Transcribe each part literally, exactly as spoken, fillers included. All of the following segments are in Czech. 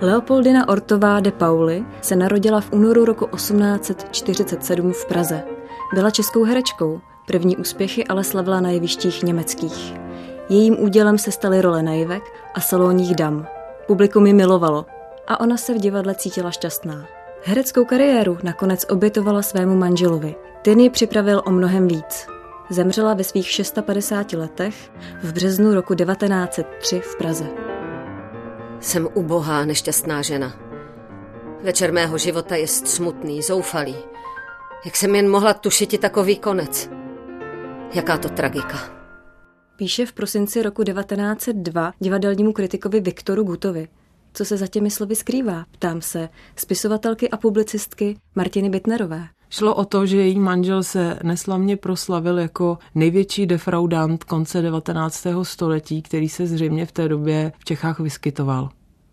Leopoldina Ortová de Pauli se narodila v únoru roku osmnáct set čtyřicet sedm v Praze. Byla českou herečkou, první úspěchy ale slavila na jevištích německých. Jejím údělem se staly role naivek a salonních dam. Publikum ji milovalo a ona se v divadle cítila šťastná. Hereckou kariéru nakonec obětovala svému manželovi. Ten ji připravil o mnohem víc. Zemřela ve svých padesáti šesti letech v březnu roku devatenáct set tři v Praze. Jsem ubohá, nešťastná žena. Večer mého života je smutný, zoufalý. Jak jsem jen mohla tušiti takový konec? Jaká to tragika. Píše v prosinci roku devatenáct set dva divadelnímu kritikovi Viktoru Gutovi. Co se za těmi slovy skrývá, ptám se spisovatelky a publicistky Martiny Bittnerové. Šlo o to, že její manžel se neslavně proslavil jako největší defraudant konce devatenáctého století, který se zřejmě v té době v Čechách vyskytoval.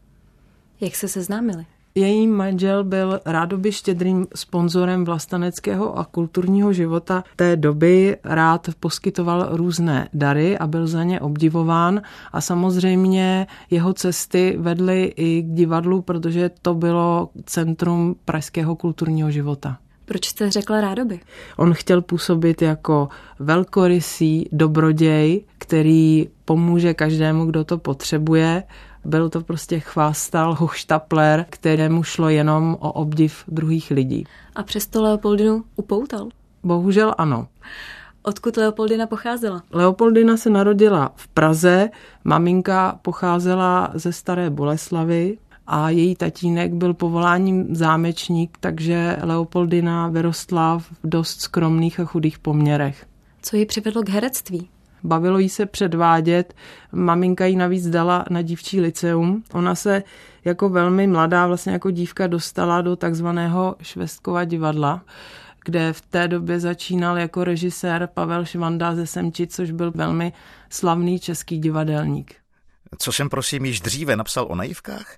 Jak se seznámili? Její manžel byl rádoby štědrým sponzorem vlasteneckého a kulturního života té doby, rád poskytoval různé dary a byl za ně obdivován a samozřejmě jeho cesty vedly i k divadlu, protože to bylo centrum pražského kulturního života. Proč jste řekla rádoby? On chtěl působit jako velkorysý dobroděj, který pomůže každému, kdo to potřebuje. Byl to prostě chvástal, hochštapler, kterému šlo jenom o obdiv druhých lidí. A přesto Leopoldinu upoutal? Bohužel ano. Odkud Leopoldina pocházela? Leopoldina se narodila v Praze, maminka pocházela ze Staré Boleslavi a její tatínek byl povoláním zámečník, takže Leopoldina vyrostla v dost skromných a chudých poměrech. Co ji přivedlo k herectví? Bavilo jí se předvádět, maminka jí navíc dala na dívčí lyceum. Ona se jako velmi mladá vlastně jako dívka dostala do takzvaného Švestkova divadla, kde v té době začínal jako režisér Pavel Švanda ze Semči, což byl velmi slavný český divadelník. Co jsem prosím již dříve napsal o naivkách?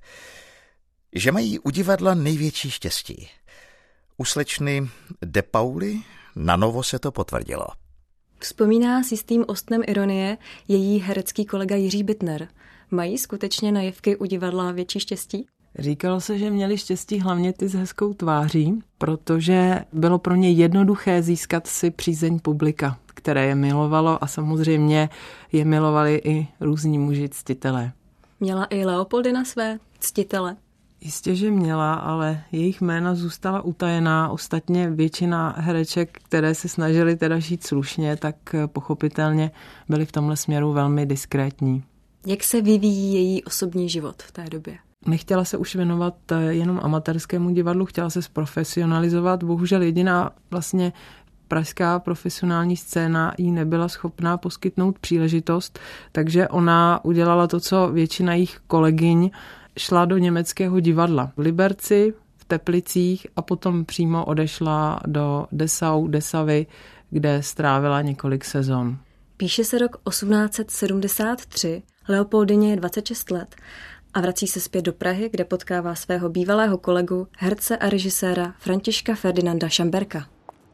Že mají u divadla největší štěstí. U slečny de Pauli na novo se to potvrdilo. Vzpomíná s jistým ostnem ironie její herecký kolega Jiří Bittner. Mají skutečně naivky u divadla větší štěstí? Říkalo se, že měli štěstí hlavně ty s hezkou tváří, protože bylo pro ně jednoduché získat si přízeň publika, které je milovalo a samozřejmě je milovali i různí muži ctitelé. Měla i Leopoldina své ctitele? Jistě, že měla, ale jejich jména zůstala utajená. Ostatně většina hereček, které se snažily teda žít slušně, tak pochopitelně byly v tomhle směru velmi diskrétní. Jak se vyvíjí její osobní život v té době? Nechtěla se už věnovat jenom amatérskému divadlu, chtěla se zprofesionalizovat. Bohužel jediná vlastně pražská profesionální scéna jí nebyla schopná poskytnout příležitost, takže ona udělala to, co většina jejich kolegyň, šla do německého divadla v Liberci, v Teplicích a potom přímo odešla do Dessau, Dessavy, kde strávila několik sezon. Píše se rok osmnáct set sedmdesát tři, Leopoldině je dvacet šest let a vrací se zpět do Prahy, kde potkává svého bývalého kolegu, herce a režiséra Františka Ferdinanda Šamberka.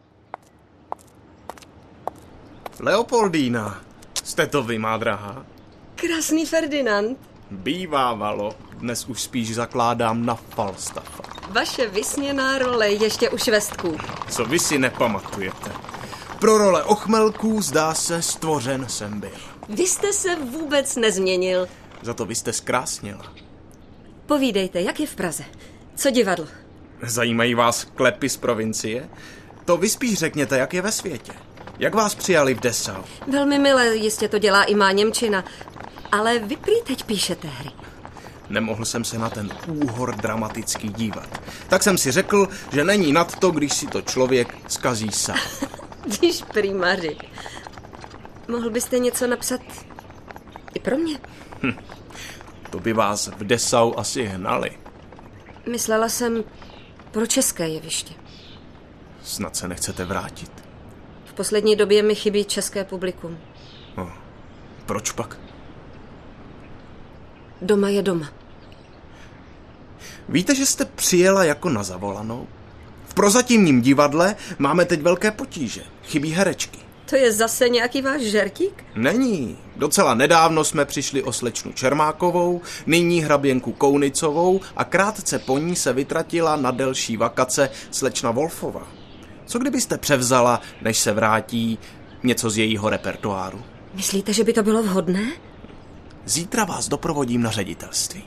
Leopoldína, jste to vy, má drahá? Krásný Ferdinand. Bývávalo, dnes už spíš zakládám na Falstaffa. Vaše vysněná role ještě u švestků. Co vy si nepamatujete? Pro role ochmelků, zdá se, stvořen jsem byl. Vy jste se vůbec nezměnil. Za to vy jste zkrásnila. Povídejte, jak je v Praze? Co divadlo? Zajímají vás klepy z provincie? To vy spíš řekněte, jak je ve světě. Jak vás přijali v Dessau? Velmi milé, jistě to dělá i má němčina. Ale vy prý teď píšete hry. Nemohl jsem se na ten úhor dramatický dívat. Tak jsem si řekl, že není nad to, když si to člověk zkazí sám. Když prýmaři. Mohl byste něco napsat i pro mě? Hm, to by vás v Dessau asi hnali. Myslela jsem pro české jeviště. Snad se nechcete vrátit. V poslední době mi chybí české publikum. No, proč pak? Doma je doma. Víte, že jste přijela jako na zavolanou? V prozatímním divadle máme teď velké potíže. Chybí herečky. To je zase nějaký váš žertík? Není. Docela nedávno jsme přišli o slečnu Čermákovou, nyní hraběnku Kounicovou a krátce po ní se vytratila na delší vakace slečna Wolfova. Co kdybyste převzala, než se vrátí, něco z jejího repertoáru? Myslíte, že by to bylo vhodné? Zítra vás doprovodím na ředitelství.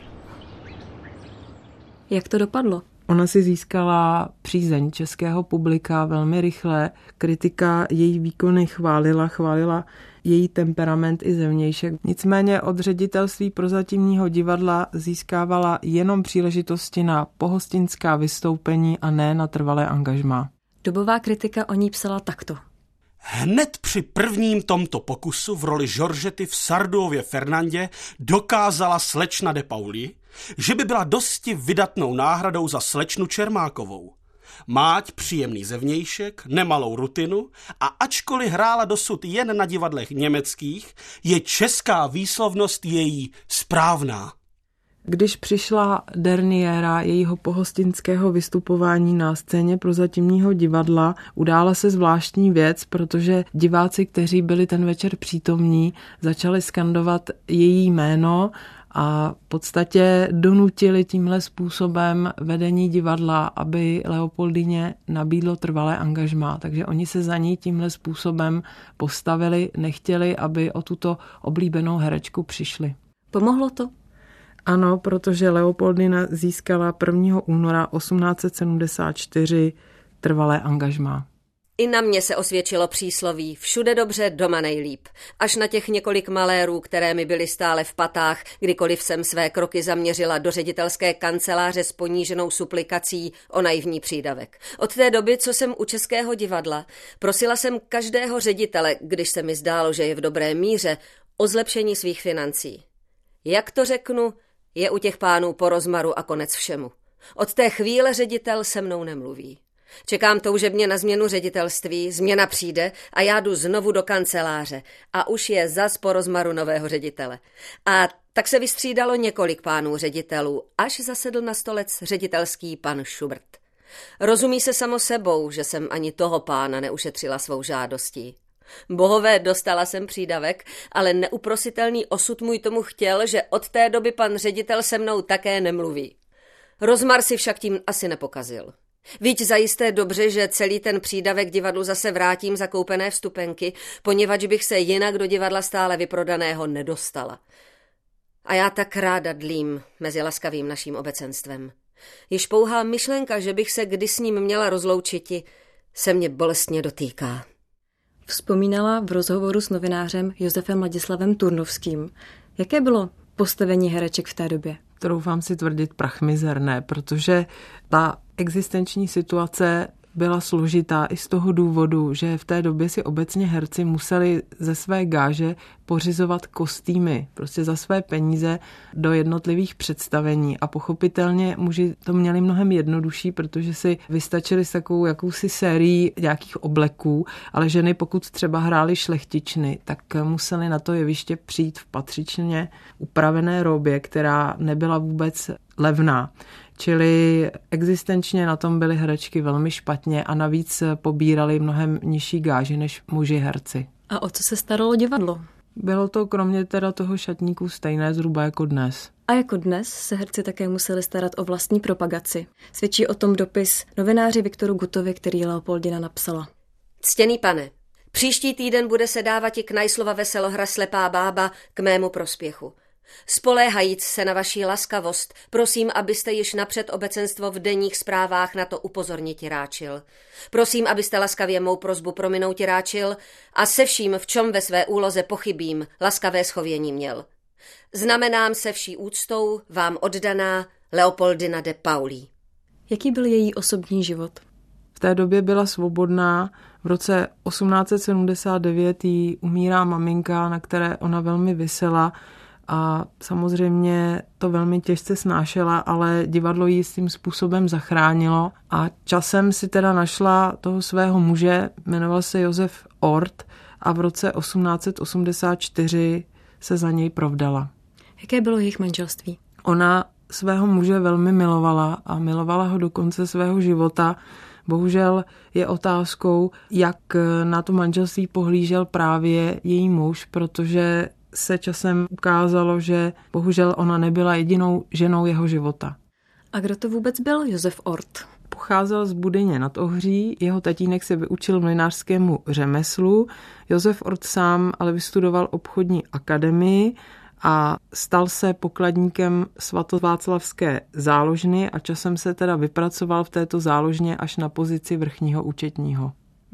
Jak to dopadlo? Ona si získala přízeň českého publika velmi rychle. Kritika její výkony chválila, chválila její temperament i zevnějšek. Nicméně od ředitelství Prozatímního divadla získávala jenom příležitosti na pohostinská vystoupení a ne na trvalé angažmá. Dobová kritika o ní psala takto. Hned při prvním tomto pokusu v roli Georgety v Sarduově Fernandě dokázala slečna de Pauli, že by byla dosti vydatnou náhradou za slečnu Čermákovou. Máť příjemný zevnějšek, nemalou rutinu a ačkoliv hrála dosud jen na divadlech německých, je česká výslovnost její správná. Když přišla derniéra jejího pohostinského vystupování na scéně Prozatímního divadla, udála se zvláštní věc, protože diváci, kteří byli ten večer přítomní, začali skandovat její jméno a v podstatě donutili tímhle způsobem vedení divadla, aby Leopoldině nabídlo trvalé angažmá. Takže oni se za ní tímhle způsobem postavili, nechtěli, aby o tuto oblíbenou herečku přišli. Pomohlo to? Ano, protože Leopoldina získala prvního února osmnáct set sedmdesát čtyři trvalé angažmá. I na mě se osvědčilo přísloví všude dobře, doma nejlíp. Až na těch několik malérů, které mi byly stále v patách, kdykoliv jsem své kroky zaměřila do ředitelské kanceláře s poníženou suplikací o naivní přídavek. Od té doby, co jsem u Českého divadla, prosila jsem každého ředitele, když se mi zdálo, že je v dobré míře, o zlepšení svých financí. Jak to řeknu, je u těch pánů po rozmaru a konec všemu. Od té chvíle ředitel se mnou nemluví. Čekám toužebně na změnu ředitelství, změna přijde a já jdu znovu do kanceláře a už je zas po rozmaru nového ředitele. A tak se vystřídalo několik pánů ředitelů, až zasedl na stolec ředitelský pan Schubert. Rozumí se samo sebou, že jsem ani toho pána neušetřila svou žádostí. Bohové, dostala jsem přídavek, ale neuprositelný osud můj tomu chtěl, že od té doby pan ředitel se mnou také nemluví. Rozmar si však tím asi nepokazil. Víť zajisté dobře, že celý ten přídavek divadlu zase vrátím za koupené vstupenky, poněvadž bych se jinak do divadla stále vyprodaného nedostala. A já tak ráda dlím mezi laskavým naším obecenstvem. Již pouhá myšlenka, že bych se kdy s ním měla rozloučiti, se mě bolestně dotýká. Vzpomínala v rozhovoru s novinářem Josefem Ladislavem Turnovským. Jaké bylo postavení hereček v té době? Troufám si tvrdit prachmizerné, protože ta existenční situace byla složitá i z toho důvodu, že v té době si obecně herci museli ze své gáže pořizovat kostýmy, prostě za své peníze do jednotlivých představení a pochopitelně muži to měli mnohem jednodušší, protože si vystačili s takovou jakousi sérií nějakých obleků, ale ženy pokud třeba hrály šlechtičny, tak museli na to jeviště přijít v patřičně upravené robě, která nebyla vůbec levná. Čili existenčně na tom byly herečky velmi špatně a navíc pobírali mnohem nižší gáži než muži herci. A o co se staralo divadlo? Bylo to kromě teda toho šatníku stejné zhruba jako dnes. A jako dnes se herci také museli starat o vlastní propagaci. Svědčí o tom dopis novináři Viktoru Gutovi, který Leopoldina napsala. Ctěný pane, příští týden bude se dávat i Knajslova veselohra Slepá bába k mému prospěchu. Spoléhajíc se na vaší laskavost, prosím, abyste již napřed obecenstvo v denních zprávách na to upozorniti ráčil. Prosím, abyste laskavě mou prosbu prominouti ráčil a se vším, v čem ve své úloze pochybím, laskavé schovění měl. Znamenám se vší úctou vám oddaná Leopoldina de Pauli. Jaký byl její osobní život? V té době byla svobodná. V roce osmnáct set sedmdesát devět jí umírá maminka, na které ona velmi visela, a samozřejmě to velmi těžce snášela, ale divadlo ji s tím způsobem zachránilo a časem si teda našla toho svého muže, jmenoval se Josef Ort a v roce osmnáct set osmdesát čtyři se za něj provdala. Jaké bylo jejich manželství? Ona svého muže velmi milovala a milovala ho do konce svého života. Bohužel je otázkou, jak na to manželství pohlížel právě její muž, protože se časem ukázalo, že bohužel ona nebyla jedinou ženou jeho života. A kdo to vůbec byl Josef Orth? Pocházel z Budyně nad Ohří, jeho tatínek se vyučil mlynářskému řemeslu. Josef Orth sám ale vystudoval obchodní akademii a stal se pokladníkem svatováclavské záložny a časem se teda vypracoval v této záložně až na pozici vrchního účetního.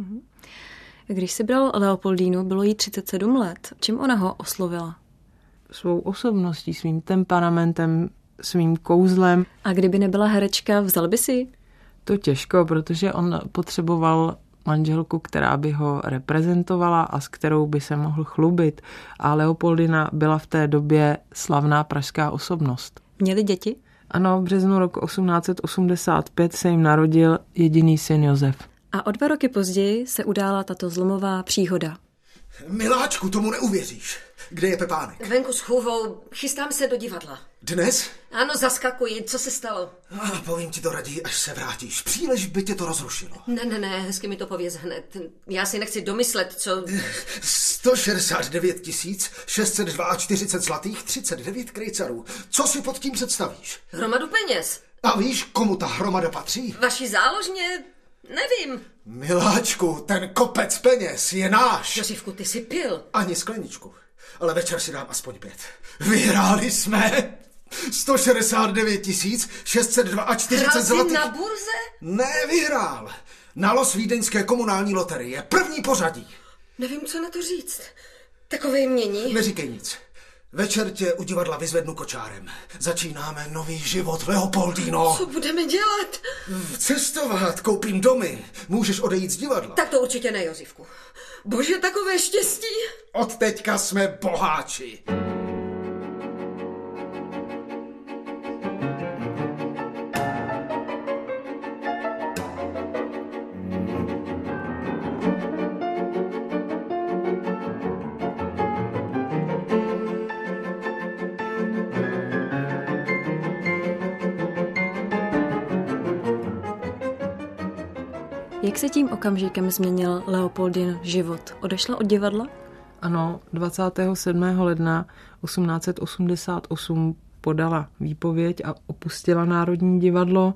Když si bral Leopoldínu, bylo jí třicet sedm let. Čím ona ho oslovila? Svou osobností, svým temperamentem, svým kouzlem. A kdyby nebyla herečka, vzal by si? To těžko, protože on potřeboval manželku, která by ho reprezentovala a s kterou by se mohl chlubit. A Leopoldina byla v té době slavná pražská osobnost. Měli děti? Ano, v březnu roku osmnáct set osmdesát pět se jim narodil jediný syn Josef. A o dva roky později se udála tato zlomová příhoda. Miláčku, tomu neuvěříš. Kde je Pepánek? Venku s chůvou, chystám se do divadla. Dnes? Ano, zaskakuji. Co se stalo? A povím ti to raději, až se vrátíš. Příliš by tě to rozrušilo. Ne, ne, ne, hezky mi to pověz hned. Já si nechci domyslet, co... sto šedesát devět tisíc šest set čtyřicet dva zlatých třicet devět krejcarů. Co si pod tím představíš? Hromadu peněz. A víš, komu ta hromada patří? Vaší záložně? Nevím. Miláčku, ten kopec peněz je náš. Josifku, ty jsi pil. Ani skleničku. Ale večer si dám aspoň pět. Vyhráli jsme sto šedesát devět tisíc šest set čtyřicet dva zlatých. na burze? Ne, vyhrál. Na los vídeňské komunální loterie. První pořadí. Nevím, co na to říct. Takové mění. Neříkej nic. Večer tě u divadla vyzvednu kočárem. Začínáme nový život, Leopoldino. Co budeme dělat? Cestovat, koupím domy. Můžeš odejít z divadla. Tak to určitě ne, Josifku. Bože, takové štěstí. Od teďka jsme boháči. Jak se tím okamžikem změnil Leopoldin život? Odešla od divadla? Ano, dvacátého sedmého ledna osmnáct set osmdesát osm podala výpověď a opustila Národní divadlo.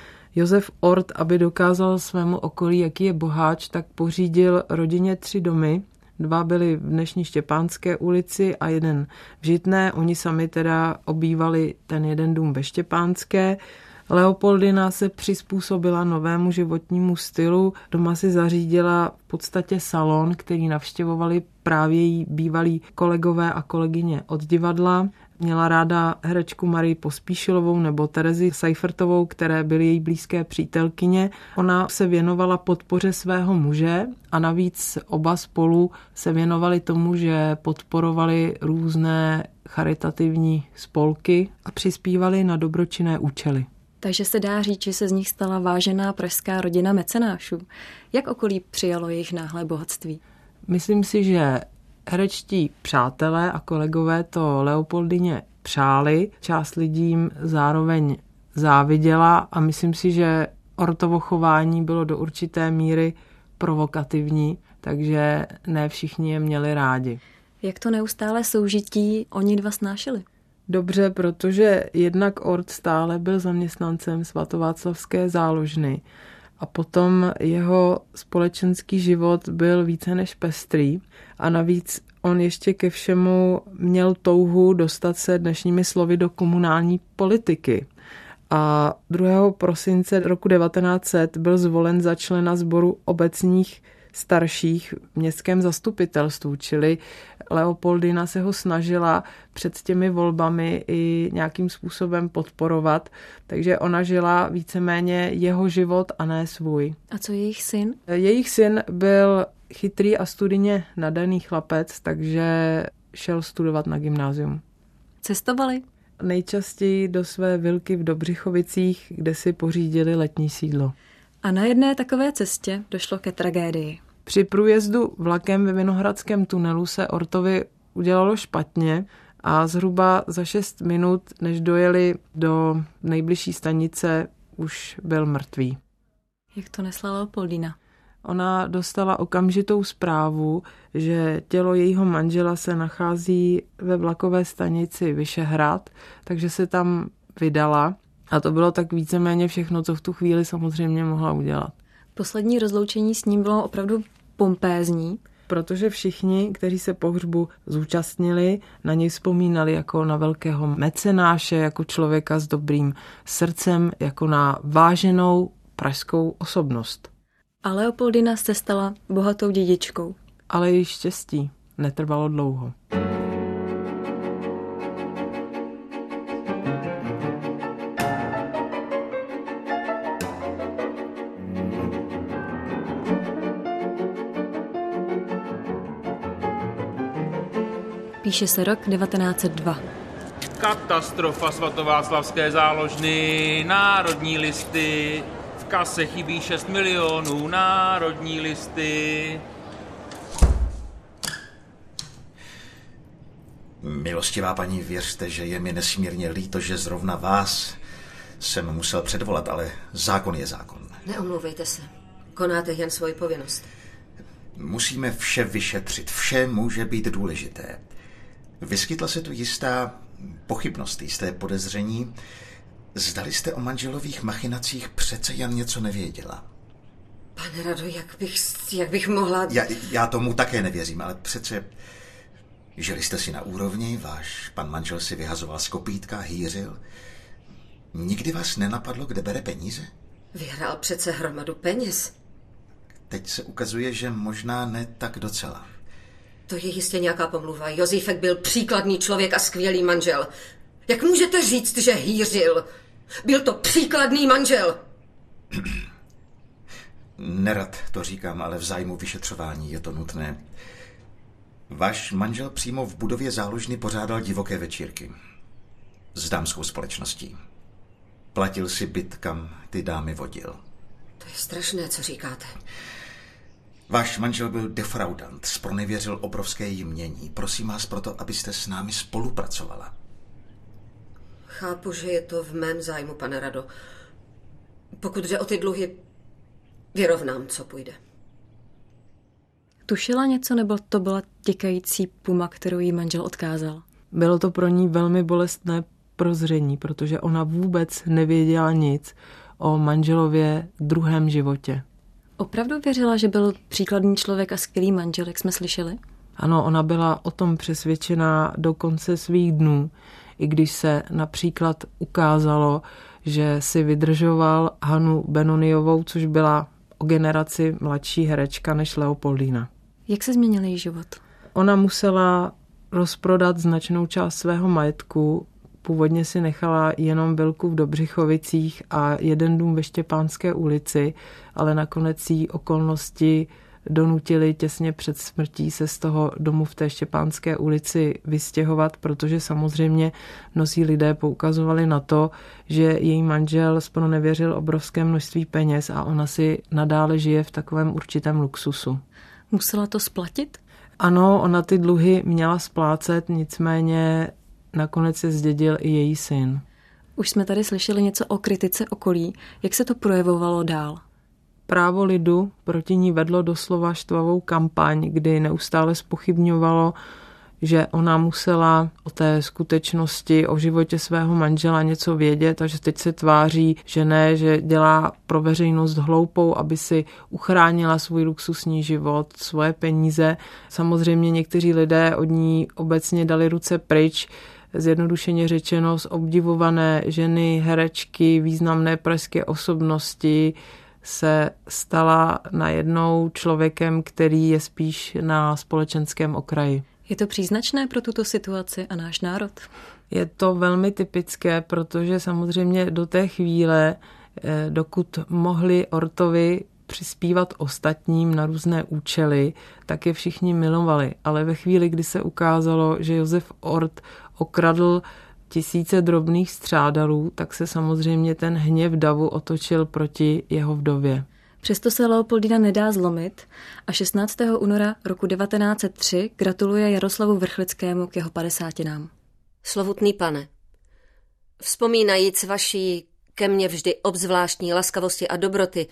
Josef Orth, aby dokázal svému okolí, jaký je boháč, tak pořídil rodině tři domy. Dva byly v dnešní Štěpánské ulici a jeden v Žitné. Oni sami teda obývali ten jeden dům ve Štěpánské. Leopoldina se přizpůsobila novému životnímu stylu. Doma si zařídila v podstatě salon, který navštěvovali právě její bývalí kolegové a kolegyně od divadla. Měla ráda herečku Marii Pospíšilovou nebo Terezi Seifertovou, které byly její blízké přítelkyně. Ona se věnovala podpoře svého muže a navíc oba spolu se věnovali tomu, že podporovali různé charitativní spolky a přispívali na dobročinné účely. Takže se dá říct, že se z nich stala vážená pražská rodina mecenášů. Jak okolí přijalo jejich náhlé bohatství? Myslím si, že herečtí přátelé a kolegové to Leopoldině přáli. Část lidí jim zároveň záviděla a myslím si, že Orthovo chování bylo do určité míry provokativní, takže ne všichni je měli rádi. Jak to neustále soužití oni dva snášeli? Dobře, protože jednak Orth stále byl zaměstnancem svatováclavské záložny a potom jeho společenský život byl více než pestrý a navíc on ještě ke všemu měl touhu dostat se dnešními slovy do komunální politiky. A druhého prosince roku devatenáct set byl zvolen za člena sboru obecních starších v městském zastupitelstvu, čili Leopoldina se ho snažila před těmi volbami i nějakým způsobem podporovat, takže ona žila víceméně jeho život a ne svůj. A co jejich syn? Jejich syn byl chytrý a studijně nadaný chlapec, takže šel studovat na gymnázium. Cestovali? Nejčastěji do své vilky v Dobřichovicích, kde si pořídili letní sídlo. A na jedné takové cestě došlo ke tragédii. Při průjezdu vlakem ve Vinohradském tunelu se Orthovi udělalo špatně a zhruba za šest minut, než dojeli do nejbližší stanice, už byl mrtvý. Jak to nesla Leopoldína? Ona dostala okamžitou zprávu, že tělo jejího manžela se nachází ve vlakové stanici Vyšehrad, takže se tam vydala a to bylo tak víceméně všechno, co v tu chvíli samozřejmě mohla udělat. Poslední rozloučení s ním bylo opravdu pompézní. Protože všichni, kteří se pohřbu zúčastnili, na něj vzpomínali jako na velkého mecenáše, jako člověka s dobrým srdcem, jako na váženou pražskou osobnost. A Leopoldina se stala bohatou dědičkou. Ale její štěstí netrvalo dlouho. Píše se rok devatenáct set dva. Katastrofa svatováclavské záložny, národní listy, v kase chybí šest milionů, národní listy. Milostivá paní, věřte, že je mi nesmírně líto, že zrovna vás jsem musel předvolat, ale zákon je zákon. Neomlouvejte se, konáte jen svoji povinnost. Musíme vše vyšetřit, vše může být důležité. Vyskytla se tu jistá pochybnost, jisté podezření. Zdali jste o manželových machinacích přece jen něco nevěděla. Pane Rado, jak bych, jak bych mohla... Já, já tomu také nevěřím, ale přece... Žili jste si na úrovni, váš pan manžel si vyhazoval z kopítka, hýřil. Nikdy vás nenapadlo, kde bere peníze? Vyhrál přece hromadu peněz. Teď se ukazuje, že možná ne tak docela. To je jistě nějaká pomluva. Josífek byl příkladný člověk a skvělý manžel. Jak můžete říct, že hýřil? Byl to příkladný manžel. Nerad to říkám, ale v zájmu vyšetřování je to nutné. Váš manžel přímo v budově záložny pořádal divoké večírky. S dámskou společností. Platil si byt, kam ty dámy vodil. To je strašné, co říkáte. Váš manžel byl defraudant, zpronevěřil obrovské jmění. Prosím vás proto, abyste s námi spolupracovala. Chápu, že je to v mém zájmu, pane Rado. Pokud jde o ty dluhy, vyrovnám, co půjde. Tušila něco, nebo to byla těkající puma, kterou jí manžel odkázal? Bylo to pro ní velmi bolestné prozření, protože ona vůbec nevěděla nic o manželově druhém životě. Opravdu věřila, že byl příkladný člověk a skvělý manžel, jak jsme slyšeli? Ano, ona byla o tom přesvědčená do konce svých dnů, i když se například ukázalo, že si vydržoval Hanu Benoniovou, což byla o generaci mladší herečka než Leopoldína. Jak se změnil její život? Ona musela rozprodat značnou část svého majetku. Původně si nechala jenom vilku v Dobřichovicích a jeden dům ve Štěpánské ulici, ale nakonec jí okolnosti donutili těsně před smrtí se z toho domu v té Štěpánské ulici vystěhovat, protože samozřejmě mnozí lidé poukazovali na to, že její manžel zpronevěřil obrovské množství peněz a ona si nadále žije v takovém určitém luxusu. Musela to splatit? Ano, ona ty dluhy měla splácet, nicméně nakonec se zdědil i její syn. Už jsme tady slyšeli něco o kritice okolí. Jak se to projevovalo dál? Právo lidu proti ní vedlo doslova štvavou kampaň, kdy neustále zpochybňovalo, že ona musela o té skutečnosti, o životě svého manžela něco vědět a že teď se tváří, že ne, že dělá pro veřejnost hloupou, aby si uchránila svůj luxusní život, svoje peníze. Samozřejmě někteří lidé od ní obecně dali ruce pryč, zjednodušeně řečeno z obdivované ženy, herečky, významné pražské osobnosti se stala najednou člověkem, který je spíš na společenském okraji. Je to příznačné pro tuto situaci a náš národ? Je to velmi typické, protože samozřejmě do té chvíle, dokud mohli Ortovi přispívat ostatním na různé účely, tak je všichni milovali. Ale ve chvíli, kdy se ukázalo, že Josef Ort okradl tisíce drobných střádalů, tak se samozřejmě ten hněv davu otočil proti jeho vdově. Přesto se Leopoldina nedá zlomit a šestnáctého února roku devatenáct set tři gratuluje Jaroslavu Vrchlickému k jeho padesátinám. Slovutný pane, vzpomínajíc vaší ke mně vždy obzvláštní laskavosti a dobroty,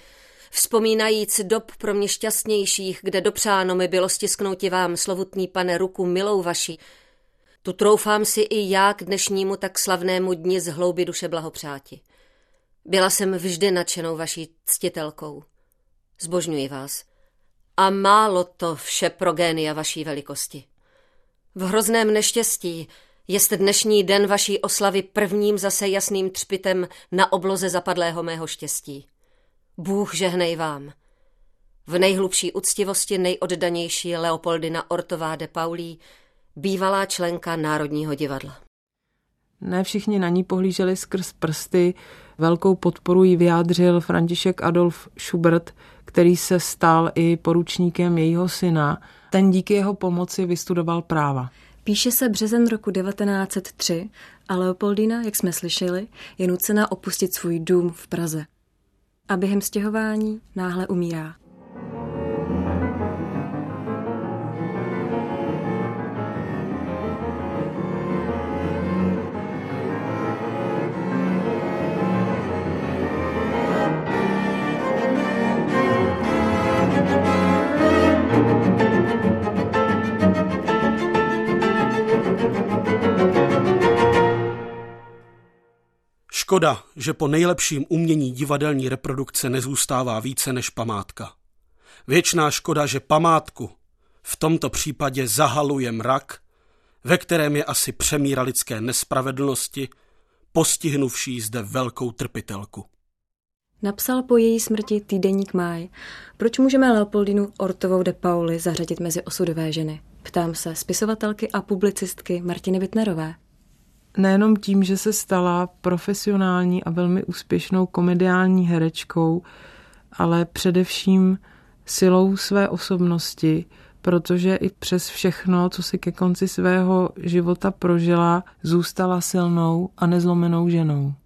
vzpomínajíc dob pro mě šťastnějších, kde dopřáno mi bylo stisknouti vám, slovutný pane, ruku milou vaší, tu troufám si i já k dnešnímu tak slavnému dni z hloubi duše blahopřáti. Byla jsem vždy nadšenou vaší ctitelkou. Zbožňuji vás. A málo to vše pro génia vaší velikosti. V hrozném neštěstí jest dnešní den vaší oslavy prvním zase jasným třpitem na obloze zapadlého mého štěstí. Bůh žehnej vám. V nejhlubší uctivosti nejoddanější Leopoldina Ortová de Paulí, bývalá členka Národního divadla. Ne všichni na ní pohlíželi skrz prsty. Velkou podporu jí vyjádřil František Adolf Schubert, který se stal i poručníkem jejího syna. Ten díky jeho pomoci vystudoval práva. Píše se březen roku devatenáct set tři a Leopoldina, jak jsme slyšeli, je nucena opustit svůj dům v Praze. A během stěhování náhle umírá. Škoda, že po nejlepším umění divadelní reprodukce nezůstává více než památka. Věčná škoda, že památku v tomto případě zahaluje mrak, ve kterém je asi přemíra lidské nespravedlnosti, postihnuvší zde velkou trpitelku. Napsal po její smrti týdeník Máj. Proč můžeme Leopoldinu Ortovou de Pauli zařadit mezi osudové ženy? Ptám se spisovatelky a publicistky Martiny Wittnerové. Nejenom tím, že se stala profesionální a velmi úspěšnou komediální herečkou, ale především silou své osobnosti, protože i přes všechno, co si ke konci svého života prožila, zůstala silnou a nezlomenou ženou.